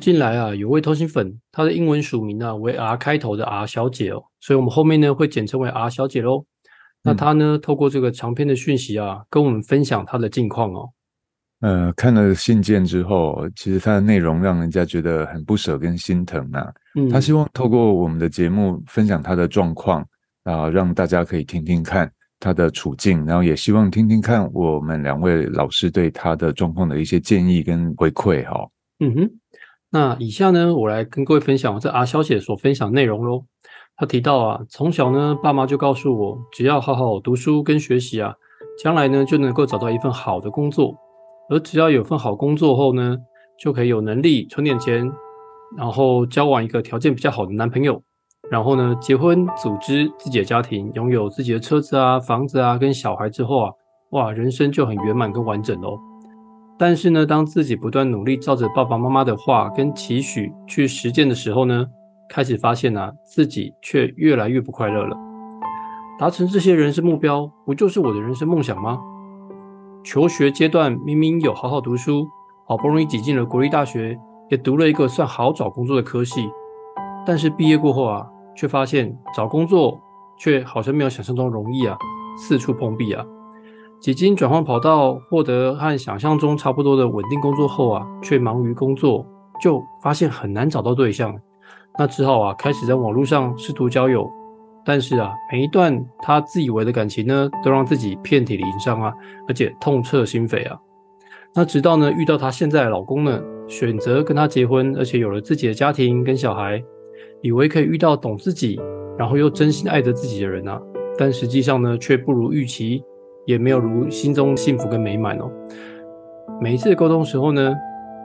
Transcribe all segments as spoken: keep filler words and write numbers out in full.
近来啊，有位偷心粉，他的英文署名啊为 R 开头的 R 小姐哦，所以我们后面呢会简称为 R 小姐喽。那嗯， 她呢，透过这个长篇的讯息啊，跟我们分享她的近况哦。 呃，看了信件之后，其实它的内容让人家觉得很不舍跟心疼啊。他希嗯， 望透过我们的节目分享他的状况啊，让大家可以听听看他的处境，然后也希望听听看我们两位老师对他的状况的一些建议跟回馈哈。 嗯哼。那以下呢，我来跟各位分享这 R 小姐所分享的内容喽。她提到啊，从小呢，爸妈就告诉我，只要好好读书跟学习啊，将来呢就能够找到一份好的工作，而只要有份好工作后呢，就可以有能力存点钱，然后交往一个条件比较好的男朋友，然后呢结婚，组织自己的家庭，拥有自己的车子啊、房子啊跟小孩之后啊，哇，人生就很圆满跟完整喽。但是呢，当自己不断努力照着爸爸妈妈的话跟期许去实践的时候呢，开始发现啊，自己却越来越不快乐了。达成这些人生目标，不就是我的人生梦想吗？求学阶段明明有好好读书，好不容易挤进了国立大学，也读了一个算好找工作的科系，但是毕业过后啊，却发现找工作却好像没有想象中容易啊，四处碰壁啊。几经转换跑道，获得和想象中差不多的稳定工作后啊，却忙于工作，就发现很难找到对象。那只好啊，开始在网络上试图交友。但是啊，每一段他自以为的感情呢，都让自己遍体鳞伤啊，而且痛彻心扉啊。那直到呢遇到她现在的老公呢，选择跟她结婚，而且有了自己的家庭跟小孩，以为可以遇到懂自己，然后又真心爱着自己的人啊，但实际上呢，却不如预期，也没有如心中幸福跟美满哦。每一次沟通的时候呢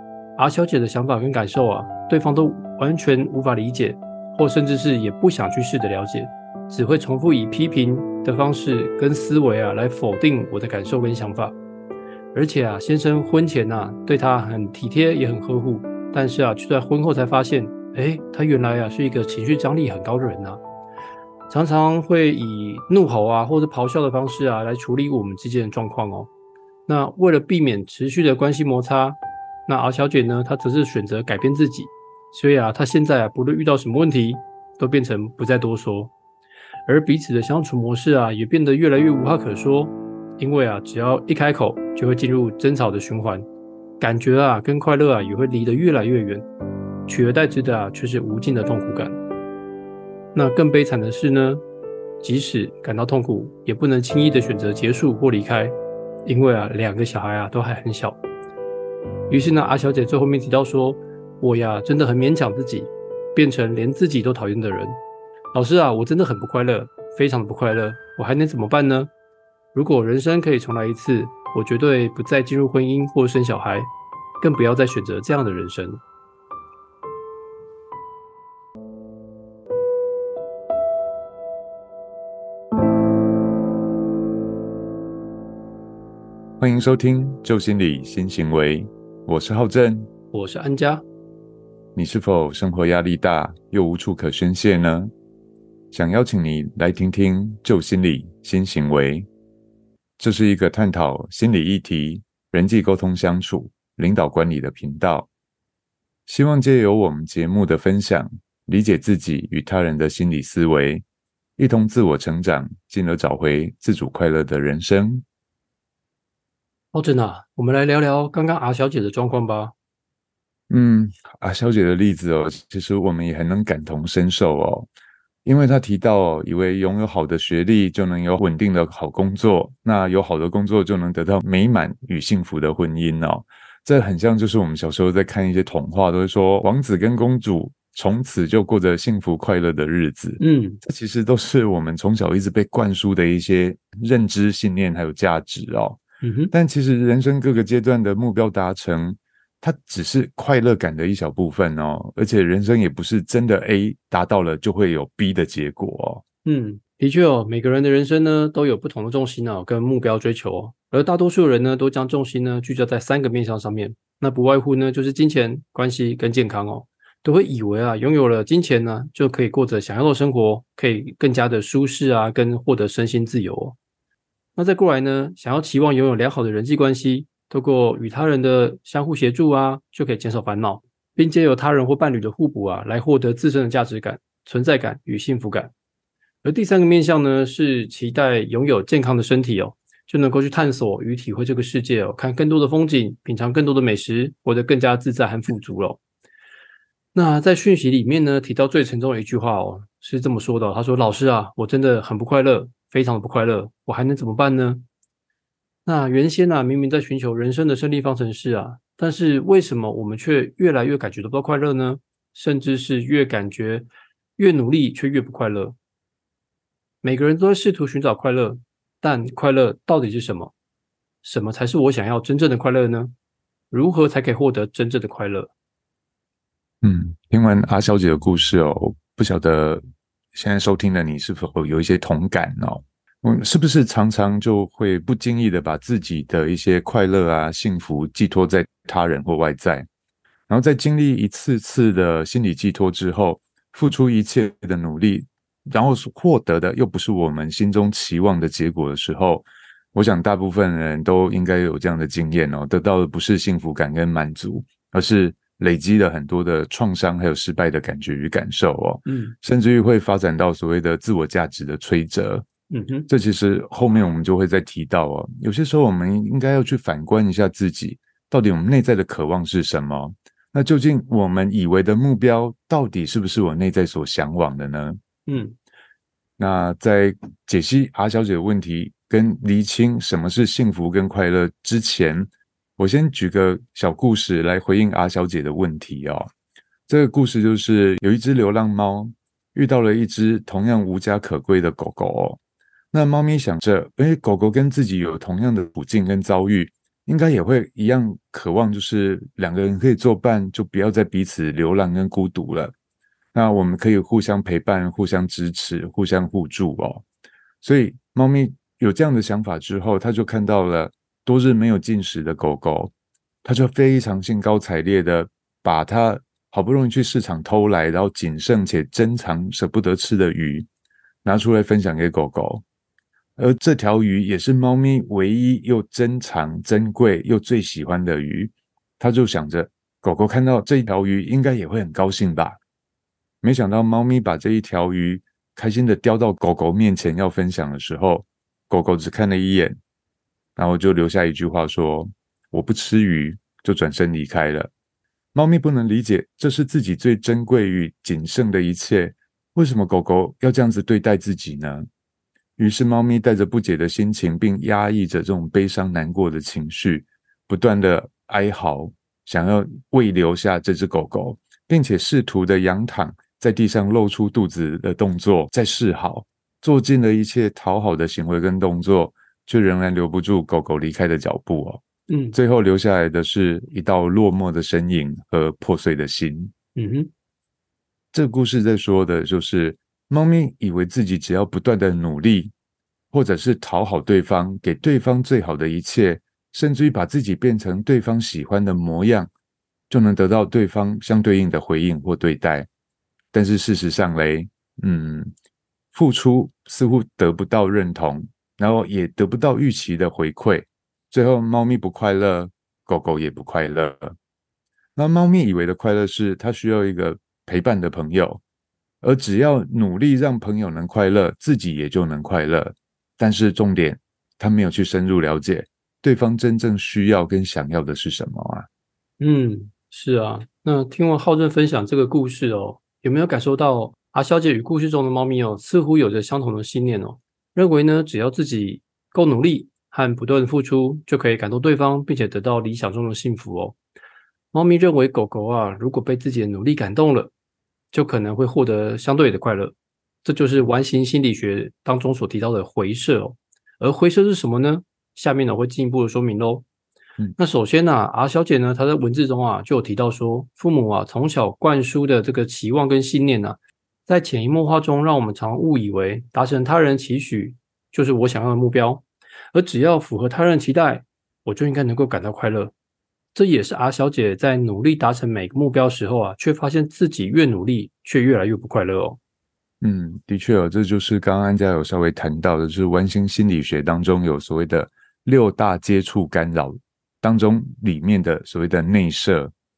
，R 小姐的想法跟感受啊，对方都完全无法理解，或甚至是也不想去试着了解，只会重复以批评的方式跟思维啊来否定我的感受跟想法。而且啊，先生婚前啊对她很体贴也很呵护，但是啊，却在婚后才发现，哎，他原来啊是一个情绪张力很高的人呐、常常会以怒吼啊或者咆哮的方式啊来处理我们之间的状况哦。那为了避免持续的关系摩擦，那 R 小姐呢，她则是选择改变自己，所以啊，她现在啊，不论遇到什么问题，都变成不再多说，而彼此的相处模式啊，也变得越来越无话可说，因为啊，只要一开口，就会进入争吵的循环，感觉啊，跟快乐啊，也会离得越来越远，取而代之的啊，却是无尽的痛苦感。那更悲惨的是呢，即使感到痛苦，也不能轻易的选择结束或离开，因为啊，两个小孩啊都还很小。于是呢，阿小姐最后面提到说：“我呀，真的很勉强自己，变成连自己都讨厌的人。老师啊，我真的很不快乐，非常的不快乐，我还能怎么办呢？如果人生可以重来一次，我绝对不再进入婚姻或生小孩，更不要再选择这样的人生。” 欢迎收听《旧心理新行为》，我是浩正。 我是安家。 你是否生活压力大又无处可宣泄呢？想邀请你来听听《旧心理新行为》，这是一个探讨心理议题、人际沟通相处、领导管理的频道。希望借由我们节目的分享，理解自己与他人的心理思维，一同自我成长，进而找回自主快乐的人生。 浩正啊，我们来聊聊刚刚阿小姐的状况吧。 嗯，啊，小姐的例子哦，其实我们也很能感同身受哦，因为她提到哦，以为拥有好的学历就能有稳定的好工作，那有好的工作就能得到美满与幸福的婚姻哦，这很像就是我们小时候在看一些童话，都会说王子跟公主从此就过着幸福快乐的日子， 嗯这其实都是我们从小一直被灌输的一些认知信念还有价值哦。 嗯哼。 但其实人生各个阶段的目标达成，它只是快乐感的一小部分哦，而且人生也不是真的 A 达到了就会有 B 的结果哦。 嗯，的确哦，每个人的人生呢都有不同的重心哦，跟目标追求哦，而大多数人呢都将重心呢聚焦在三个面向上面，那不外乎呢就是金钱、关系跟健康哦，都会以为啊拥有了金钱呢就可以过着想要的生活，可以更加的舒适啊，跟获得身心自由哦。那再过来呢，想要期望拥有良好的人际关系，透过与他人的相互协助啊，就可以减少烦恼。 并借由他人或伴侣的互补啊，来获得自身的价值感、存在感与幸福感。而第三个面向呢，是期待拥有健康的身体哦，就能够去探索与体会这个世界哦，看更多的风景，品尝更多的美食，活得更加自在和富足了。那在讯息里面呢，提到最沉重的一句话哦，是这么说的哦，他说：“老师啊，我真的很不快乐，非常的不快乐，我还能怎么办呢？”那原先啊，明明在寻求人生的胜利方程式啊，但是为什么我们却越来越感觉得不到快乐呢？甚至是越感觉越努力却越不快乐。每个人都在试图寻找快乐，但快乐到底是什么？什么才是我想要真正的快乐呢？如何才可以获得真正的快乐？ 嗯，听完阿小姐的故事哦，不晓得现在收听的你是否有一些同感哦？嗯，是不是常常就会不经意的把自己的一些快乐啊、幸福寄托在他人或外在，然后在经历一次次的心理寄托之后，付出一切的努力，然后获得的又不是我们心中期望的结果的时候，我想大部分人都应该有这样的经验哦，得到的不是幸福感跟满足，而是累积了很多的创伤还有失败的感觉与感受哦， 嗯甚至于会发展到所谓的自我价值的摧折。 嗯哼， 这其实后面我们就会再提到哦，有些时候我们应该要去反观一下自己，到底我们内在的渴望是什么？那究竟我们以为的目标，到底是不是我内在所向往的呢？ 嗯那在解析阿小姐的问题跟厘清什么是幸福跟快乐之前，我先举个小故事来回应阿小姐的问题哦。这个故事就是有一只流浪猫遇到了一只同样无家可归的狗狗哦。那猫咪想着，诶，狗狗跟自己有同样的处境跟遭遇，应该也会一样渴望，就是两个人可以作伴，就不要再彼此流浪跟孤独了。那我们可以互相陪伴、互相支持、互相互助哦。所以猫咪有这样的想法之后，它就看到了多日没有进食的狗狗，它就非常兴高采烈的把它好不容易去市场偷来，然后仅剩且珍藏舍不得吃的鱼拿出来分享给狗狗。而这条鱼也是猫咪唯一又珍藏、珍贵又最喜欢的鱼，它就想着狗狗看到这一条鱼应该也会很高兴吧。没想到猫咪把这一条鱼开心的叼到狗狗面前要分享的时候，狗狗只看了一眼，然后就留下一句话说：我不吃鱼，就转身离开了。猫咪不能理解这是自己最珍贵与仅剩的一切，为什么狗狗要这样子对待自己呢？于是猫咪带着不解的心情，并压抑着这种悲伤难过的情绪，不断的哀嚎，想要喂留下这只狗狗，并且试图的仰躺在地上露出肚子的动作，在示好，做尽了一切讨好的行为跟动作，却仍然留不住狗狗离开的脚步哦。 嗯最后留下来的是一道落寞的身影和破碎的心。 嗯哼， 这个故事在说的就是，猫咪以为自己只要不断的努力，或者是讨好对方，给对方最好的一切，甚至于把自己变成对方喜欢的模样，就能得到对方相对应的回应或对待。但是事实上嘞，嗯，付出似乎得不到认同，然后也得不到预期的回馈，最后猫咪不快乐，狗狗也不快乐。那猫咪以为的快乐是它需要一个陪伴的朋友，而只要努力让朋友能快乐，自己也就能快乐。但是重点，它没有去深入了解对方真正需要跟想要的是什么啊？ 嗯，是啊。那听完浩正分享这个故事哦，有没有感受到阿小姐与故事中的猫咪哦，似乎有着相同的信念哦，认为呢，只要自己够努力和不断付出，就可以感动对方，并且得到理想中的幸福哦。猫咪认为狗狗啊，如果被自己的努力感动了，就可能会获得相对的快乐。这就是完形心理学当中所提到的回射哦。而回射是什么呢？下面呢我会进一步的说明喽。 嗯那首先呢、啊，R 小姐呢，她在文字中啊就有提到说，父母啊从小灌输的这个期望跟信念呢、啊，在潜移默化中，让我们常误以为达成他人期许就是我想要的目标，而只要符合他人期待，我就应该能够感到快乐。这也是 R 小姐在努力达成每个目标时候啊，却发现自己越努力，却越来越不快乐哦。 嗯，的确哦，这就是刚刚安家有稍微谈到的，就是完形心理学当中有所谓的六大接触干扰当中里面的所谓的内射。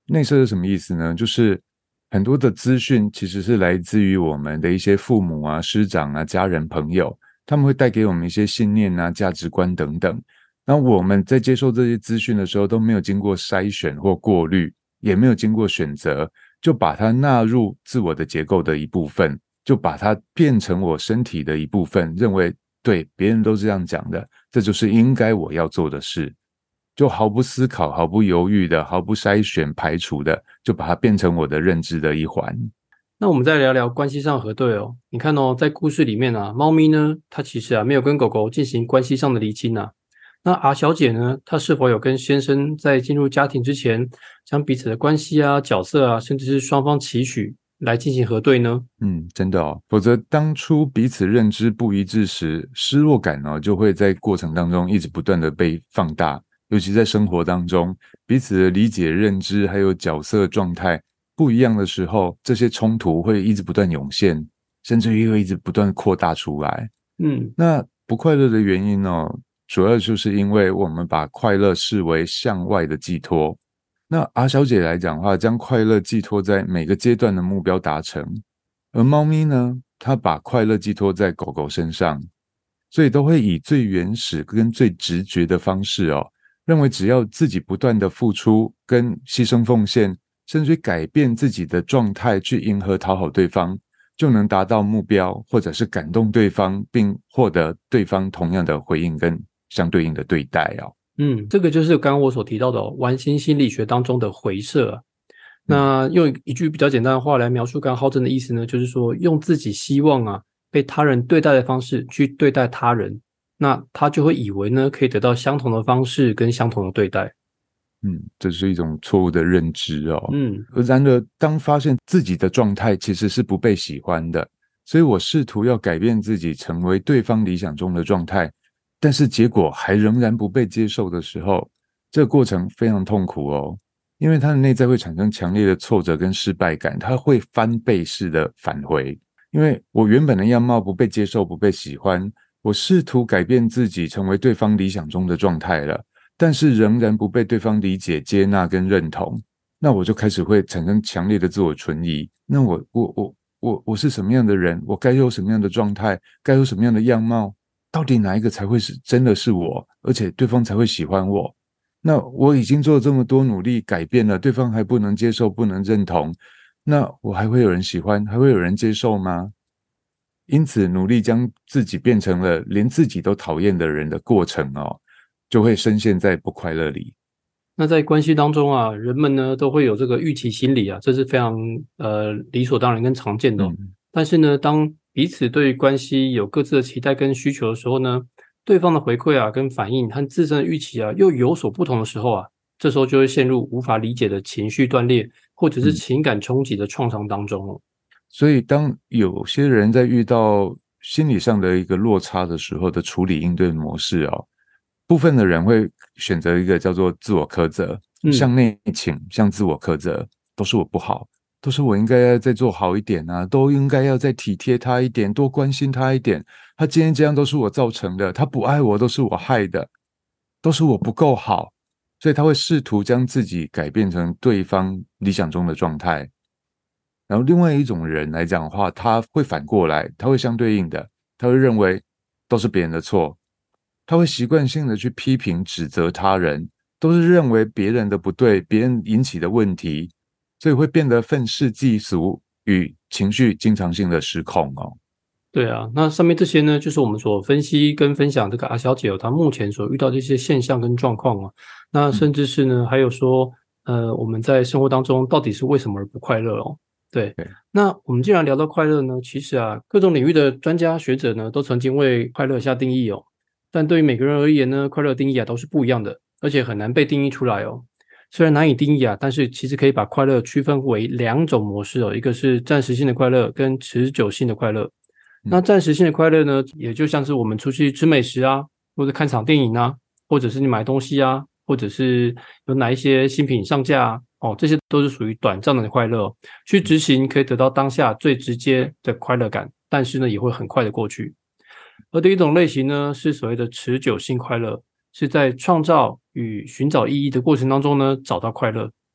内射是什么意思呢？就是很多的资讯其实是来自于我们的一些父母啊、师长啊、家人、朋友，他们会带给我们一些信念啊、价值观等等。那我们在接受这些资讯的时候，都没有经过筛选或过滤，也没有经过选择，就把它纳入自我的结构的一部分，就把它变成我身体的一部分，认为对，别人都这样讲的，这就是应该我要做的事。就毫不思考、毫不犹豫的、毫不筛选、排除的，就把它变成我的认知的一环。 那我们再聊聊关系上核对哦。你看哦，在故事里面啊，猫咪呢，它其实啊没有跟狗狗进行关系上的厘清啊。那 R 小姐呢，她是否有跟先生在进入家庭之前，将彼此的关系啊、角色啊，甚至是双方期许来进行核对呢？ 嗯，真的哦，否则当初彼此认知不一致时，失落感哦就会在过程当中一直不断的被放大，尤其在生活当中，彼此的理解、认知还有角色状态不一样的时候，这些冲突会一直不断涌现，甚至于会一直不断扩大出来。 嗯， 那不快乐的原因哦，主要就是因为我们把快乐视为向外的寄托。那 R 小姐来讲的话，将快乐寄托在每个阶段的目标达成，而猫咪呢，它把快乐寄托在狗狗身上，所以都会以最原始跟最直觉的方式哦，认为只要自己不断的付出跟牺牲奉献，甚至于改变自己的状态去迎合讨好对方，就能达到目标，或者是感动对方，并获得对方同样的回应跟相对应的对待哦。 嗯，这个就是刚刚我所提到的哦完形心理学当中的回射啊。 嗯。 那用一句比较简单的话来描述刚刚浩正的意思呢，就是说用自己希望啊被他人对待的方式去对待他人，那他就会以为呢可以得到相同的方式跟相同的对待。 嗯，这是一种错误的认知哦。 嗯， 而然而，当发现自己的状态其实是不被喜欢的，所以我试图要改变自己，成为对方理想中的状态，但是结果还仍然不被接受的时候，这个过程非常痛苦哦，因为他的内在会产生强烈的挫折跟失败感，他会翻倍式的返回。因为我原本的样貌不被接受、不被喜欢，我试图改变自己，成为对方理想中的状态了。但是仍然不被对方理解、接纳跟认同，那我就开始会产生强烈的自我存疑。那我我我我我是什么样的人？我该有什么样的状态？该有什么样的样貌？到底哪一个才会是真的是我？而且对方才会喜欢我？那我已经做了这么多努力改变了，对方还不能接受、不能认同，那我还会有人喜欢？还会有人接受吗？因此，努力将自己变成了连自己都讨厌的人的过程哦，就会深陷在不快乐里。 那在关系当中啊，人们呢都会有这个预期心理啊，这是非常呃理所当然跟常见的哦。 嗯， 但是呢，当彼此对于关系有各自的期待跟需求的时候呢，对方的回馈啊跟反应和自身的预期啊又有所不同的时候啊，这时候就会陷入无法理解的情绪断裂，或者是嗯， 情感冲击的创伤当中哦。 所以当有些人在遇到心理上的一个落差的时候的处理应对模式哦，部分的人会选择一个叫做自我苛责， 嗯， 向内倾，向自我苛责，都是我不好，都是我应该要再做好一点啊，都应该要再体贴他一点，多关心他一点。他今天这样都是我造成的，他不爱我都是我害的，都是我不够好，所以他会试图将自己改变成对方理想中的状态。然后另外一种人来讲的话，他会反过来，他会相对应的，他会认为都是别人的错，他会习惯性的去批评指责他人，都是认为别人的不对，别人引起的问题，所以会变得愤世嫉俗与情绪经常性的失控哦。 对啊，那上面这些呢，就是我们所分析跟分享这个阿小姐哦，她目前所遇到的一些现象跟状况啊。那嗯， 甚至是呢，还有说，呃，我们在生活当中到底是为什么而不快乐哦？对， 对， 那我们既然聊到快乐呢，其实啊，各种领域的专家学者呢，都曾经为快乐下定义哦。但对于每个人而言呢，快乐定义啊都是不一样的，而且很难被定义出来哦。虽然难以定义啊，但是其实可以把快乐区分为两种模式哦，一个是暂时性的快乐跟持久性的快乐。那嗯， 暂时性的快乐呢，也就像是我们出去吃美食啊，或者看场电影啊，或者是你买东西啊，或者是有哪一些新品上架啊，哦，这些都是属于短暂的快乐哦，去执行可以得到当下最直接的快乐感，但是呢，也会很快的过去。而第一种类型呢，是所谓的持久性快乐，是在创造与寻找意义的过程当中呢，找到快乐。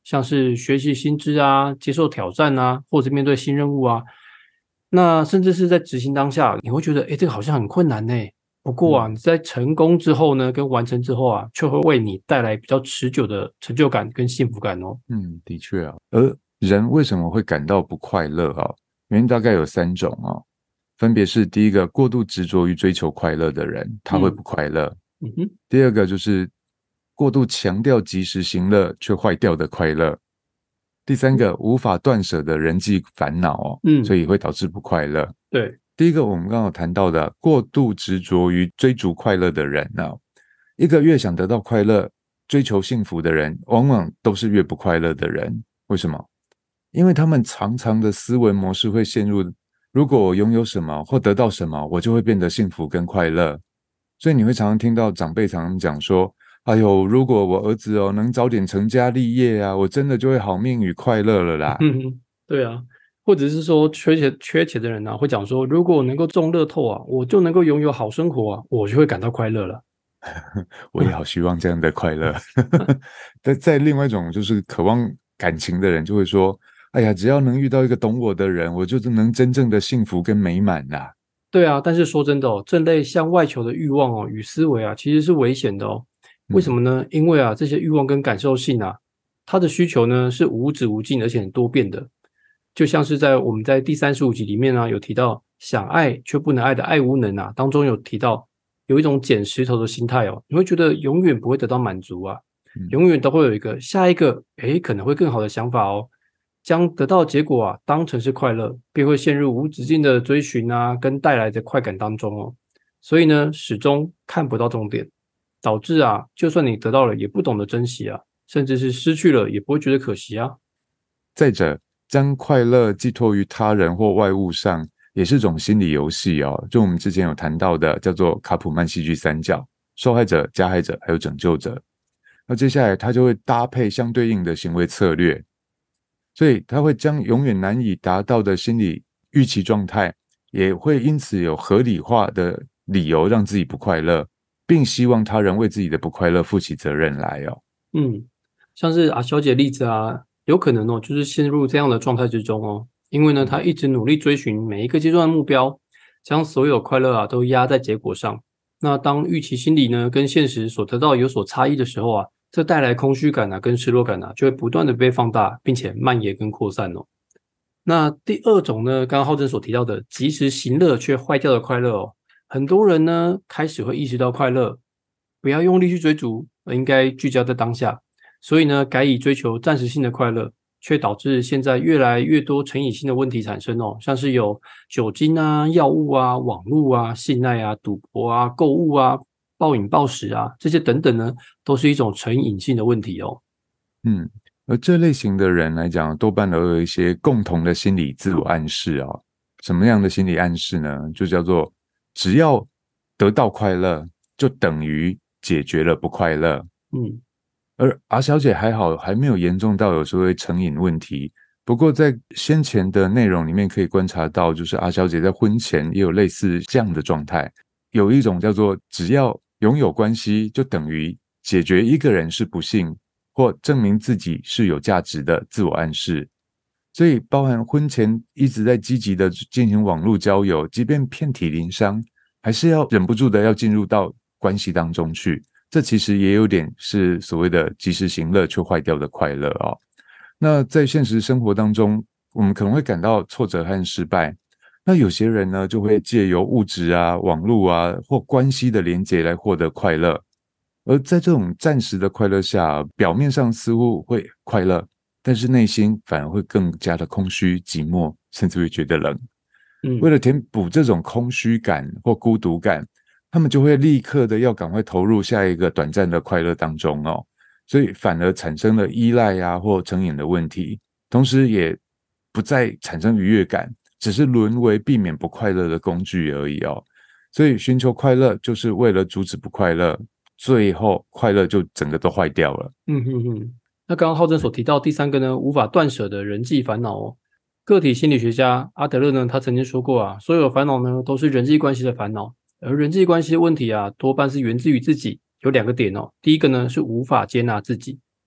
像是学习新知啊、接受挑战啊，或者面对新任务啊。那甚至是在执行当下，你会觉得，诶，这个好像很困难呢。不过啊， 嗯你在成功之后呢，跟完成之后啊，却会为你带来比较持久的成就感跟幸福感哦。 嗯，的确啊。而人为什么会感到不快乐啊？原因大概有三种哦，分别是第一个，过度执着于追求快乐的人，他会嗯不快乐； 嗯哼， 第二个就是过度强调及时行乐却坏掉的快乐；第三个，无法断舍的人际烦恼哦，所嗯， 以会导致不快乐。 对， 第一个，我们刚刚有谈到的，过度执着于追逐快乐的人呢、一个越想得到快乐、追求幸福的人，往往都是越不快乐的人。为什么？因为他们常常的思维模式会陷入，如果我拥有什么或得到什么，我就会变得幸福跟快乐。所以你会常常听到长辈常常讲说：“哎呦，如果我儿子哦能早点成家立业啊，我真的就会好命与快乐了啦。” 嗯哼，对啊，或者是说缺钱缺钱的人啊，会讲说，如果我能够中乐透啊，我就能够拥有好生活啊，我就会感到快乐了。 我也好希望这样的快乐。但在另外一种就是渴望感情的人，就会说：“哎呀，只要能遇到一个懂我的人，我就是能真正的幸福跟美满啦。” 对啊，但是说真的哦，这类向外求的欲望哦与思维啊，其实是危险的哦。为什嗯么呢？因为啊，这些欲望跟感受性啊，它的需求呢是无止无尽而且很多变的。就像是在我们在第三十五集里面呢、有提到想爱却不能爱的爱无能啊，当中有提到有一种捡石头的心态哦，你会觉得永远不会得到满足啊， 嗯。 永远都会有一个下一个诶可能会更好的想法哦。将得到的结果啊当成是快乐，便会陷入无止境的追寻啊，跟带来的快感当中哦。所以呢，始终看不到终点，导致啊，就算你得到了，也不懂得珍惜啊，甚至是失去了，也不会觉得可惜啊。 再者，将快乐寄托于他人或外物上，也是种心理游戏哦。就我们之前有谈到的，叫做卡普曼戏剧三角：受害者、加害者还有拯救者。那接下来，他就会搭配相对应的行为策略，所以他会将永远难以达到的心理预期状态，也会因此有合理化的理由让自己不快乐，并希望他人为自己的不快乐负起责任来哦。 嗯，像是啊小姐的例子啊，有可能哦，就是陷入这样的状态之中哦，因为呢，她一直努力追寻每一个阶段的目标，将所有快乐啊都压在结果上。那当预期心理呢跟现实所得到有所差异的时候啊，这带来空虚感啊跟失落感啊，就会不断的被放大，并且蔓延跟扩散哦。那第二种呢，刚刚浩正所提到的及时行乐却坏掉的快乐哦，很多人呢开始会意识到快乐不要用力去追逐，而应该聚焦在当下，所以呢改以追求暂时性的快乐，却导致现在越来越多成瘾性的问题产生哦，像是有酒精啊、药物啊、网络啊、性爱啊、赌博啊、购物啊、暴饮暴食啊这些等等呢，都是一种成瘾性的问题哦。 嗯，而这类型的人来讲，多半都有一些共同的心理自我暗示啊、哦。什么样的心理暗示呢？就叫做只要得到快乐，就等于解决了不快乐。 嗯而 R 小姐还好，还没有严重到有所谓成瘾问题。不过在先前的内容里面可以观察到，就是 R 小姐在婚前也有类似这样的状态，有一种叫做只要拥有关系，就等于解决一个人是不幸或证明自己是有价值的自我暗示。所以包含婚前一直在积极的进行网络交友，即便遍体鳞伤，还是要忍不住的要进入到关系当中去。这其实也有点是所谓的及时行乐却坏掉的快乐哦。那在现实生活当中，我们可能会感到挫折和失败。那有些人呢，就会借由物质啊、网络啊或关系的连结来获得快乐。而在这种暂时的快乐下，表面上似乎会快乐，但是内心反而会更加的空虚、寂寞，甚至会觉得冷。为嗯了填补这种空虚感或孤独感，他们就会立刻的要赶快投入下一个短暂的快乐当中哦，所以反而产生了依赖呀、啊、或成瘾的问题，同时也不再产生愉悦感，只是沦为避免不快乐的工具而已哦。所以寻求快乐就是为了阻止不快乐，最后快乐就整个都坏掉了。 嗯哼哼。那刚刚浩正所提到第三个呢，无法断舍的人际烦恼哦。个体心理学家阿德勒呢，他曾经说过啊，所有烦恼呢都是人际关系的烦恼，而人际关系的问题啊，多半是源自于自己。有两个点哦，第一个呢是无法接纳自己。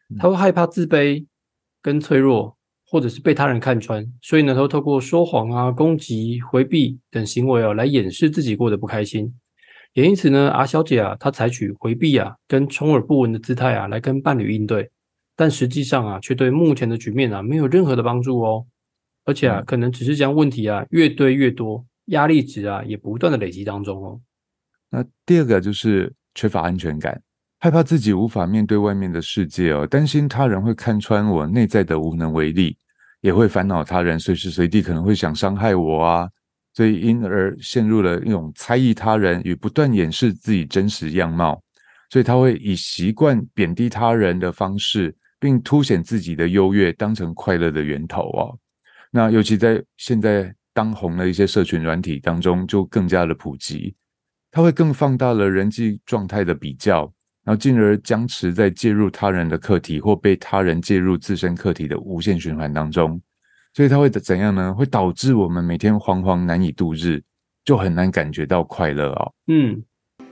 他会害怕自卑跟脆弱，或者是被他人看穿，所以呢，他会透过说谎啊、攻击、回避等行为哦，来掩饰自己过得不开心。也因此呢，R 小姐啊，她采取回避啊跟充耳不闻的姿态啊，来跟伴侣应对，但实际上啊，却对目前的局面啊没有任何的帮助哦。而且啊， 嗯， 可能只是将问题啊越堆越多，压力值啊也不断的累积当中哦。 那第二个就是缺乏安全感，害怕自己无法面对外面的世界哦，担心他人会看穿我内在的无能为力，也会烦恼他人随时随地可能会想伤害我啊，所以因而陷入了一种猜疑他人与不断掩饰自己真实样貌，所以他会以习惯贬低他人的方式，并凸显自己的优越，当成快乐的源头哦。那尤其在现在当红的一些社群软体当中，就更加的普及，它会更放大了人际状态的比较，然后进而僵持在介入他人的课题或被他人介入自身课题的无限循环当中。所以它会怎样呢？会导致我们每天惶惶难以度日，就很难感觉到快乐哦。 嗯，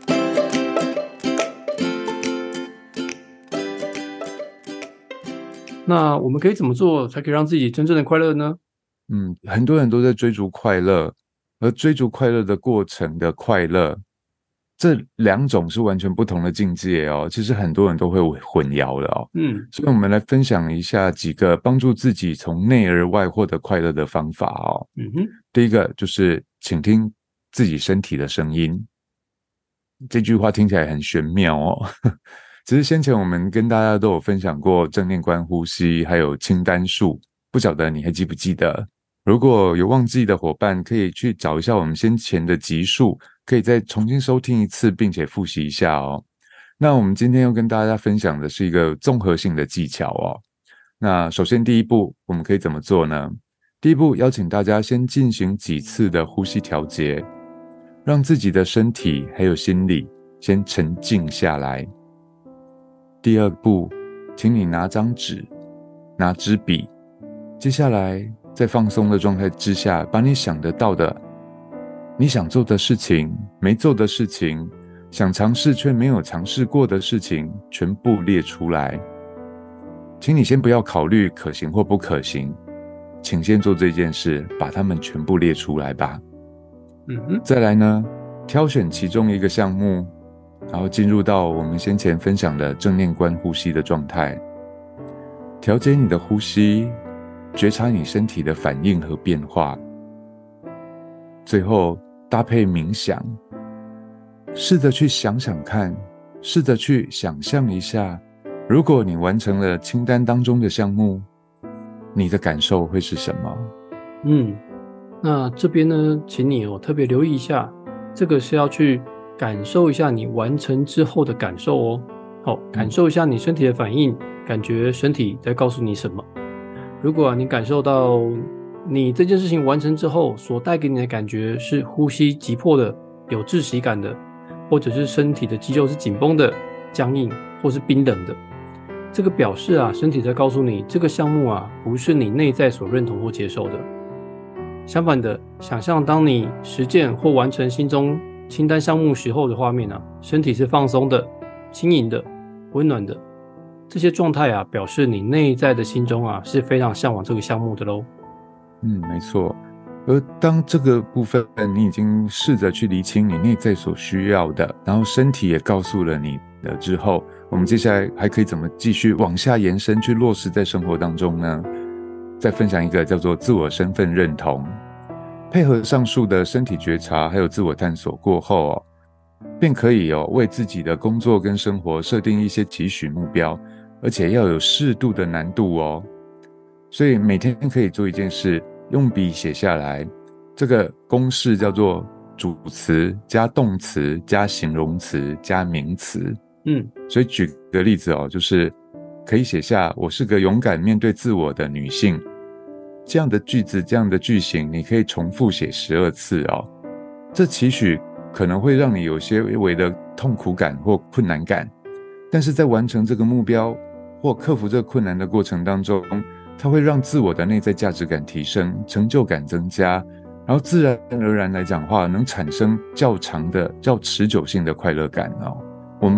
那我们可以怎么做才可以让自己真正的快乐呢？ 嗯，很多人都在追逐快乐，而追逐快乐的过程的快乐，这两种是完全不同的境界哦。其实很多人都会混淆了哦。 嗯所以我们来分享一下几个帮助自己从内而外获得快乐的方法哦。 嗯哼， 第一个就是倾听自己身体的声音。这句话听起来很玄妙哦。其实先前我们跟大家都有分享过正念观呼吸，还有清单术，不晓得你还记不记得？如果有忘记的伙伴，可以去找一下我们先前的集数，可以再重新收听一次，并且复习一下哦。那我们今天要跟大家分享的是一个综合性的技巧哦。那首先第一步，我们可以怎么做呢？第一步，邀请大家先进行几次的呼吸调节，让自己的身体还有心理先沉静下来。第二步，请你拿张纸，拿支笔，接下来在放松的状态之下，把你想得到的、你想做的事情、没做的事情、想尝试却没有尝试过的事情，全部列出来。请你先不要考虑可行或不可行，请先做这件事，把它们全部列出来吧。 嗯哼， 再来呢，挑选其中一个项目，然后进入到我们先前分享的正念观呼吸的状态，调节你的呼吸，觉察你身体的反应和变化，最后搭配冥想，试着去想想看，试着去想象一下，如果你完成了清单当中的项目，你的感受会是什么？ 嗯，那这边呢，请你哦特别留意一下，这个是要去感受一下你完成之后的感受哦。好，感受一下你身体的反应，感觉身体在告诉你什么。如果、啊、你感受到你这件事情完成之后所带给你的感觉是呼吸急迫的、有窒息感的，或者是身体的肌肉是紧绷的、僵硬或是冰冷的，这个表示啊，身体在告诉你这个项目啊不是你内在所认同或接受的。相反的，想象当你实践或完成心中清单项目时候的画面啊，身体是放松的、轻盈的、温暖的，这些状态啊，表示你内在的心中啊是非常向往这个项目的咯。 嗯，没错。而当这个部分你已经试着去厘清你内在所需要的，然后身体也告诉了你的之后，我们接下来还可以怎么继续往下延伸去落实在生活当中呢？再分享一个叫做自我身份认同，配合上述的身体觉察还有自我探索过后哦，便可以哦为自己的工作跟生活设定一些期许目标，而且要有适度的难度哦。所以每天可以做一件事，用笔写下来，这个公式叫做主词加动词加形容词加名词。 嗯， 所以举个例子哦，就是可以写下我是个勇敢面对自我的女性，这样的句子，这样的句型，你可以重复写十二次哦。这期许可能会让你有些微微的痛苦感或困难感，但是在完成这个目标或克服这个困难的过程当中，它会让自我的内在价值感提升，成就感增加，然后自然而然来讲话，能产生较长的、较持久性的快乐感哦。我们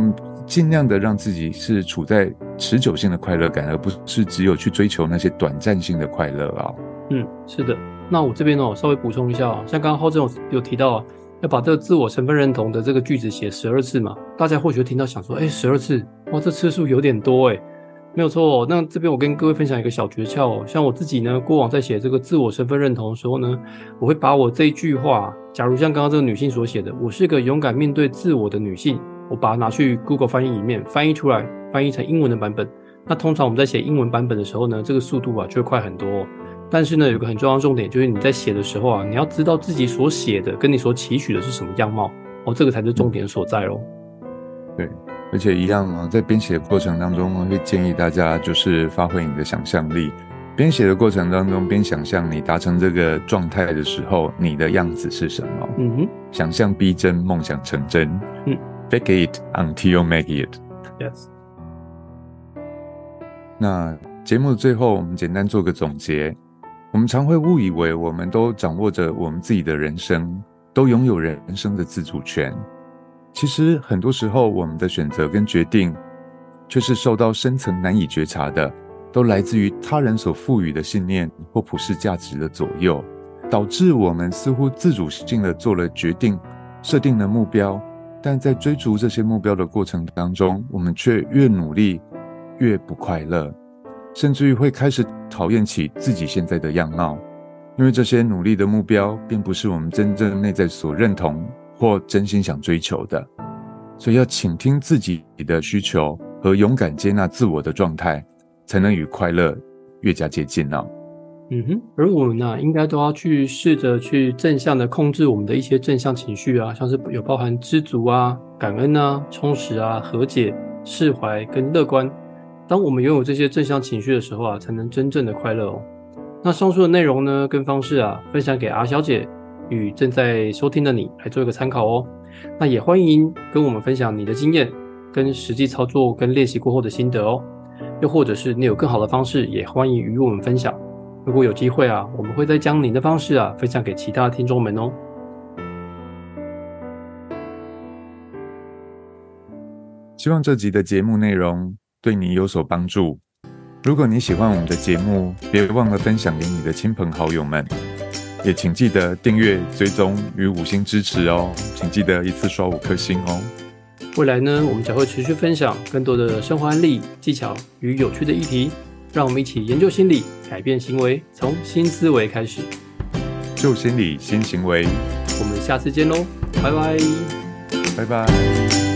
尽量的让自己是处在持久性的快乐感，而不是只有去追求那些短暂性的快乐啊。 嗯，是的。那我这边哦，稍微补充一下啊，像刚刚浩正有有提到啊，要把这个自我身份认同的这个句子写十二次嘛，大家或许会听到想说，哎，十二次，哇，这次数有点多哎。没有错哦，那这边我跟各位分享一个小诀窍哦，像我自己呢，过往在写这个自我身份认同的时候呢，我会把我这一句话，假如像刚刚这个女性所写的，我是个勇敢面对自我的女性，我把它拿去 Google 翻译里面翻译出来，翻译成英文的版本。那通常我们在写英文版本的时候呢，这个速度啊就会快很多哦。但是呢，有个很重要的重点，就是你在写的时候啊，你要知道自己所写的跟你所期许的是什么样貌哦，这个才是重点所在咯。 对。而且一样啊，在编写的过程当中，我会建议大家就是发挥你的想象力。编写的过程当中，边想象你达成这个状态的时候，你的样子是什么？嗯哼，想象逼真，梦想成真。嗯 ，Fake it until you make it. Yes. 那节目的最后，我们简单做个总结。我们常会误以为我们都掌握着我们自己的人生，都拥有人生的自主权。其实很多时候我们的选择跟决定却是受到深层难以觉察的，都来自于他人所赋予的信念或普世价值的左右，导致我们似乎自主性的做了决定，设定了目标，但在追逐这些目标的过程当中，我们却越努力越不快乐，甚至于会开始讨厌起自己现在的样貌，因为这些努力的目标并不是我们真正内在所认同或真心想追求的。所以要倾听自己的需求和勇敢接纳自我的状态，才能与快乐越加接近啊。 嗯哼，而我们呢、啊，应该都要去试着去正向的控制我们的一些正向情绪啊，像是有包含知足啊、感恩啊、充实啊、和解、释怀跟乐观。当我们拥有这些正向情绪的时候啊，才能真正的快乐哦。那上述的内容呢，跟方式啊，分享给阿小姐与正在收听的你来做一个参考哦。那也欢迎跟我们分享你的经验跟实际操作跟练习过后的心得哦。又或者是你有更好的方式，也欢迎与我们分享。如果有机会啊，我们会再将您的方式啊分享给其他听众们哦。 希望这集的节目内容对你有所帮助。如果你喜欢我们的节目，别忘了分享给你的亲朋好友们，也请记得订阅、追踪与五星支持哦。请记得一次刷五颗星哦。 未来呢，我们将会持续分享更多的生活案例、技巧与有趣的议题，让我们一起研究心理，改变行为，从新思维开始。 旧心理新行为， 我们下次见喽，拜拜， 拜拜。